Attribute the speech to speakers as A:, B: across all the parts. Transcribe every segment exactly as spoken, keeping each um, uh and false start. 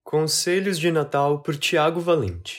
A: Conselhos de Natal por Tiago Valente.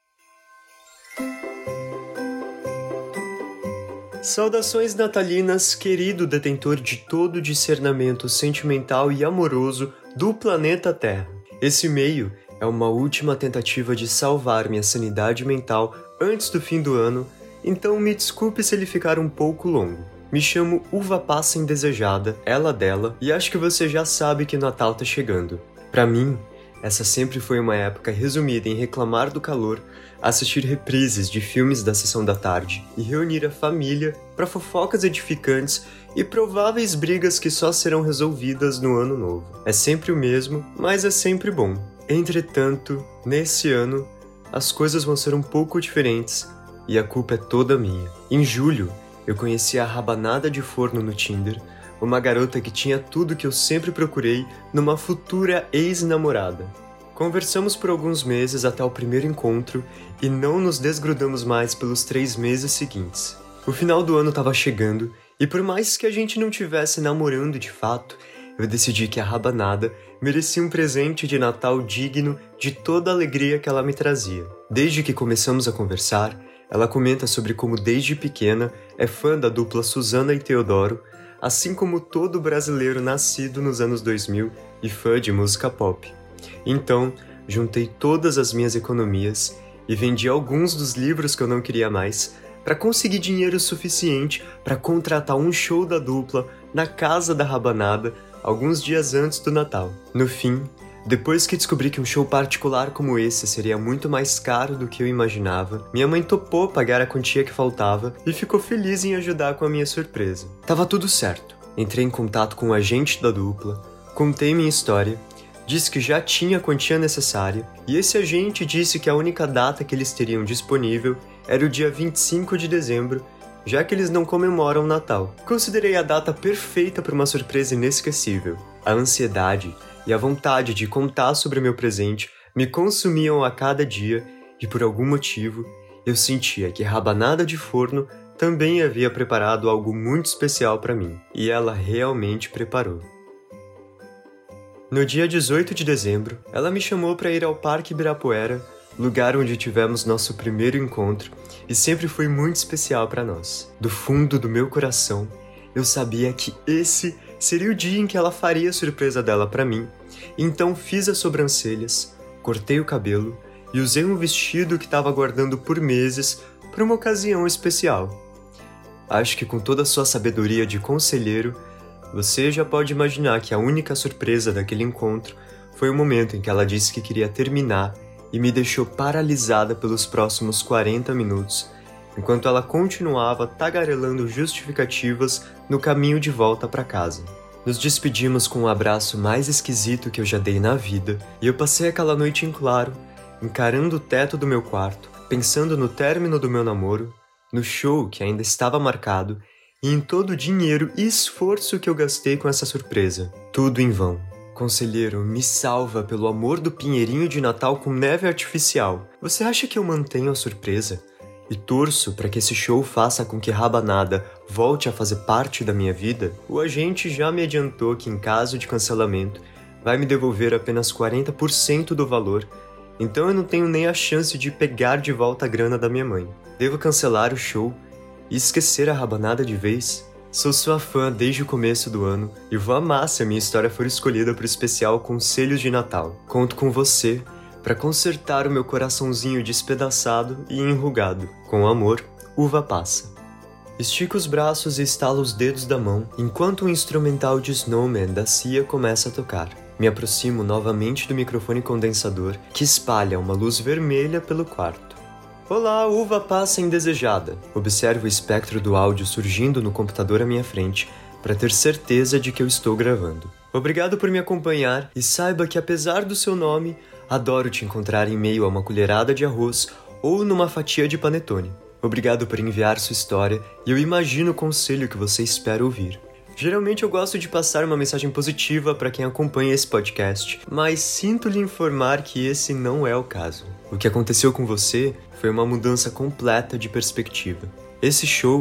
A: Saudações natalinas, querido detentor de todo o discernimento sentimental e amoroso do planeta Terra. Esse e-mail é uma última tentativa de salvar minha sanidade mental antes do fim do ano, então me desculpe se ele ficar um pouco longo. Me chamo Uva Passa Indesejada, ela dela, e acho que você já sabe que Natal tá chegando. Pra mim, essa sempre foi uma época resumida em reclamar do calor, assistir reprises de filmes da sessão da tarde e reunir a família para fofocas edificantes e prováveis brigas que só serão resolvidas no ano novo. É sempre o mesmo, mas é sempre bom. Entretanto, nesse ano, as coisas vão ser um pouco diferentes e a culpa é toda minha. Em julho, eu conheci a Rabanada de Forno no Tinder, uma garota que tinha tudo que eu sempre procurei numa futura ex-namorada. Conversamos por alguns meses até o primeiro encontro e não nos desgrudamos mais pelos três meses seguintes. O final do ano estava chegando e por mais que a gente não tivesse namorando de fato, eu decidi que a Rabanada merecia um presente de Natal digno de toda a alegria que ela me trazia. Desde que começamos a conversar, ela comenta sobre como desde pequena é fã da dupla Susana e Teodoro, assim como todo brasileiro nascido nos anos dois mil e fã de música pop. Então, juntei todas as minhas economias e vendi alguns dos livros que eu não queria mais para conseguir dinheiro suficiente para contratar um show da dupla na casa da Rabanada alguns dias antes do Natal. No fim, depois que descobri que um show particular como esse seria muito mais caro do que eu imaginava, minha mãe topou pagar a quantia que faltava e ficou feliz em ajudar com a minha surpresa. Tava tudo certo. Entrei em contato com o agente da dupla, contei minha história, disse que já tinha a quantia necessária e esse agente disse que a única data que eles teriam disponível era o dia vinte e cinco de dezembro, já que eles não comemoram o Natal. Considerei a data perfeita para uma surpresa inesquecível. A ansiedade e a vontade de contar sobre o meu presente me consumiam a cada dia e, por algum motivo, eu sentia que Rabanada de Forno também havia preparado algo muito especial para mim. E ela realmente preparou. No dia dezoito de dezembro, ela me chamou para ir ao Parque Ibirapuera, lugar onde tivemos nosso primeiro encontro e sempre foi muito especial para nós. Do fundo do meu coração, eu sabia que esse seria o dia em que ela faria a surpresa dela para mim, então fiz as sobrancelhas, cortei o cabelo e usei um vestido que estava guardando por meses para uma ocasião especial. Acho que com toda a sua sabedoria de conselheiro, você já pode imaginar que a única surpresa daquele encontro foi o momento em que ela disse que queria terminar e me deixou paralisada pelos próximos quarenta minutos, enquanto ela continuava tagarelando justificativas no caminho de volta para casa. Nos despedimos com o abraço mais esquisito que eu já dei na vida, e eu passei aquela noite em claro, encarando o teto do meu quarto, pensando no término do meu namoro, no show que ainda estava marcado, e em todo o dinheiro e esforço que eu gastei com essa surpresa. Tudo em vão. Conselheiro, me salva pelo amor do pinheirinho de Natal com neve artificial. Você acha que eu mantenho a surpresa? E torço para que esse show faça com que Rabanada volte a fazer parte da minha vida? O agente já me adiantou que, em caso de cancelamento, vai me devolver apenas quarenta por cento do valor, então eu não tenho nem a chance de pegar de volta a grana da minha mãe. Devo cancelar o show e esquecer a Rabanada de vez? Sou sua fã desde o começo do ano e vou amar se a minha história for escolhida para o especial Conselhos de Natal. Conto com você para consertar o meu coraçãozinho despedaçado e enrugado. Com amor, Uva Passa. Estica os braços e estala os dedos da mão enquanto o instrumental de Snowman da Cia começa a tocar. Me aproximo novamente do microfone condensador que espalha uma luz vermelha pelo quarto. Olá, Uva Passa Indesejada. Observo o espectro do áudio surgindo no computador à minha frente para ter certeza de que eu estou gravando. Obrigado por me acompanhar e saiba que, apesar do seu nome, adoro te encontrar em meio a uma colherada de arroz ou numa fatia de panetone. Obrigado por enviar sua história e eu imagino o conselho que você espera ouvir. Geralmente eu gosto de passar uma mensagem positiva para quem acompanha esse podcast, mas sinto lhe informar que esse não é o caso. O que aconteceu com você foi uma mudança completa de perspectiva. Esse show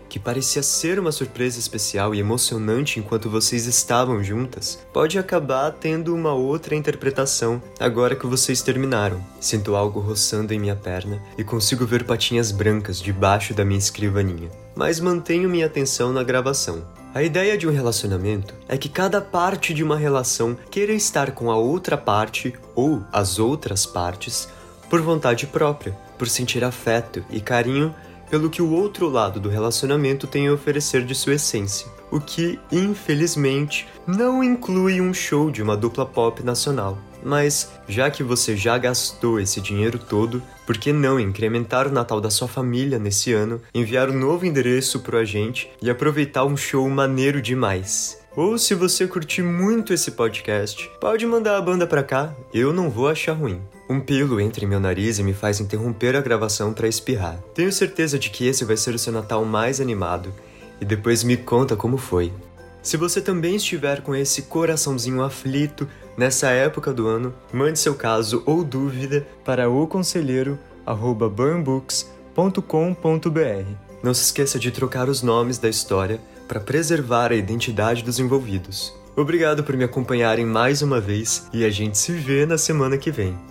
A: que parecia ser uma surpresa especial e emocionante enquanto vocês estavam juntas, pode acabar tendo uma outra interpretação agora que vocês terminaram. Sinto algo roçando em minha perna e consigo ver patinhas brancas debaixo da minha escrivaninha, mas mantenho minha atenção na gravação. A ideia de um relacionamento é que cada parte de uma relação queira estar com a outra parte ou as outras partes por vontade própria, por sentir afeto e carinho pelo que o outro lado do relacionamento tem a oferecer de sua essência, o que, infelizmente, não inclui um show de uma dupla pop nacional. Mas, já que você já gastou esse dinheiro todo, por que não incrementar o Natal da sua família nesse ano, enviar um novo endereço pro agente e aproveitar um show maneiro demais? Ou se você curtir muito esse podcast, pode mandar a banda pra cá, eu não vou achar ruim. Um pelo entra em meu nariz e me faz interromper a gravação pra espirrar. Tenho certeza de que esse vai ser o seu Natal mais animado, e depois me conta como foi. Se você também estiver com esse coraçãozinho aflito nessa época do ano, mande seu caso ou dúvida para o conselheiro arroba burn books ponto com ponto b r. Não se esqueça de trocar os nomes da história para preservar a identidade dos envolvidos. Obrigado por me acompanharem mais uma vez e a gente se vê na semana que vem.